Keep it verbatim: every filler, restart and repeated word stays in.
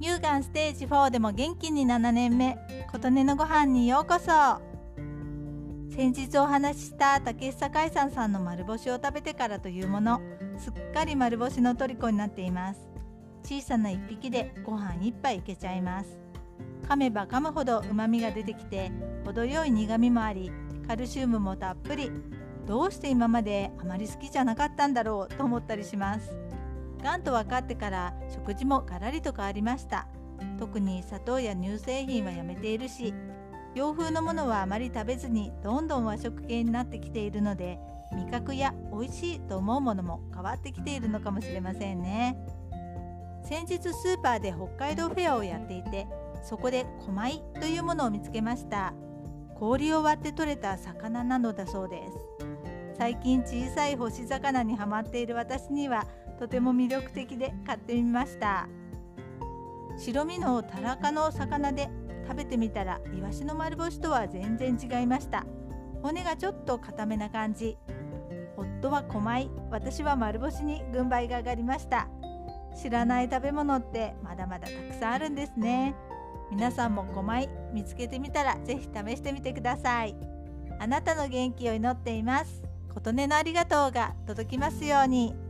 乳がんステージフォーでも元気にななねんめ、琴音のご飯にようこそ。先日お話しした竹久海産さんの丸干しを食べてからというもの、すっかり丸干しの虜になっています。小さないっぴきでご飯いっぱいいけちゃいます。噛めば噛むほどうまみが出てきて、程よい苦みもあり、カルシウムもたっぷり。どうして今まであまり好きじゃなかったんだろうと思ったりします。がんと分かってから食事もガラリと変わりました。特に砂糖や乳製品はやめているし、洋風のものはあまり食べずにどんどん和食系になってきているので、味覚や美味しいと思うものも変わってきているのかもしれませんね。先日スーパーで北海道フェアをやっていて、そこで小米というものを見つけました。氷を割って取れた魚なのだそうです。最近小さい干し魚にハマっている私にはとても魅力的で買ってみました。白身のタラ科の魚で、食べてみたらイワシの丸干しとは全然違いました。骨がちょっと固めな感じ。夫は小米、私は丸干しに軍配が上がりました。知らない食べ物ってまだまだたくさんあるんですね。皆さんも小米見つけてみたらぜひ試してみてください。あなたの元気を祈っています。琴音のありがとうが届きますように。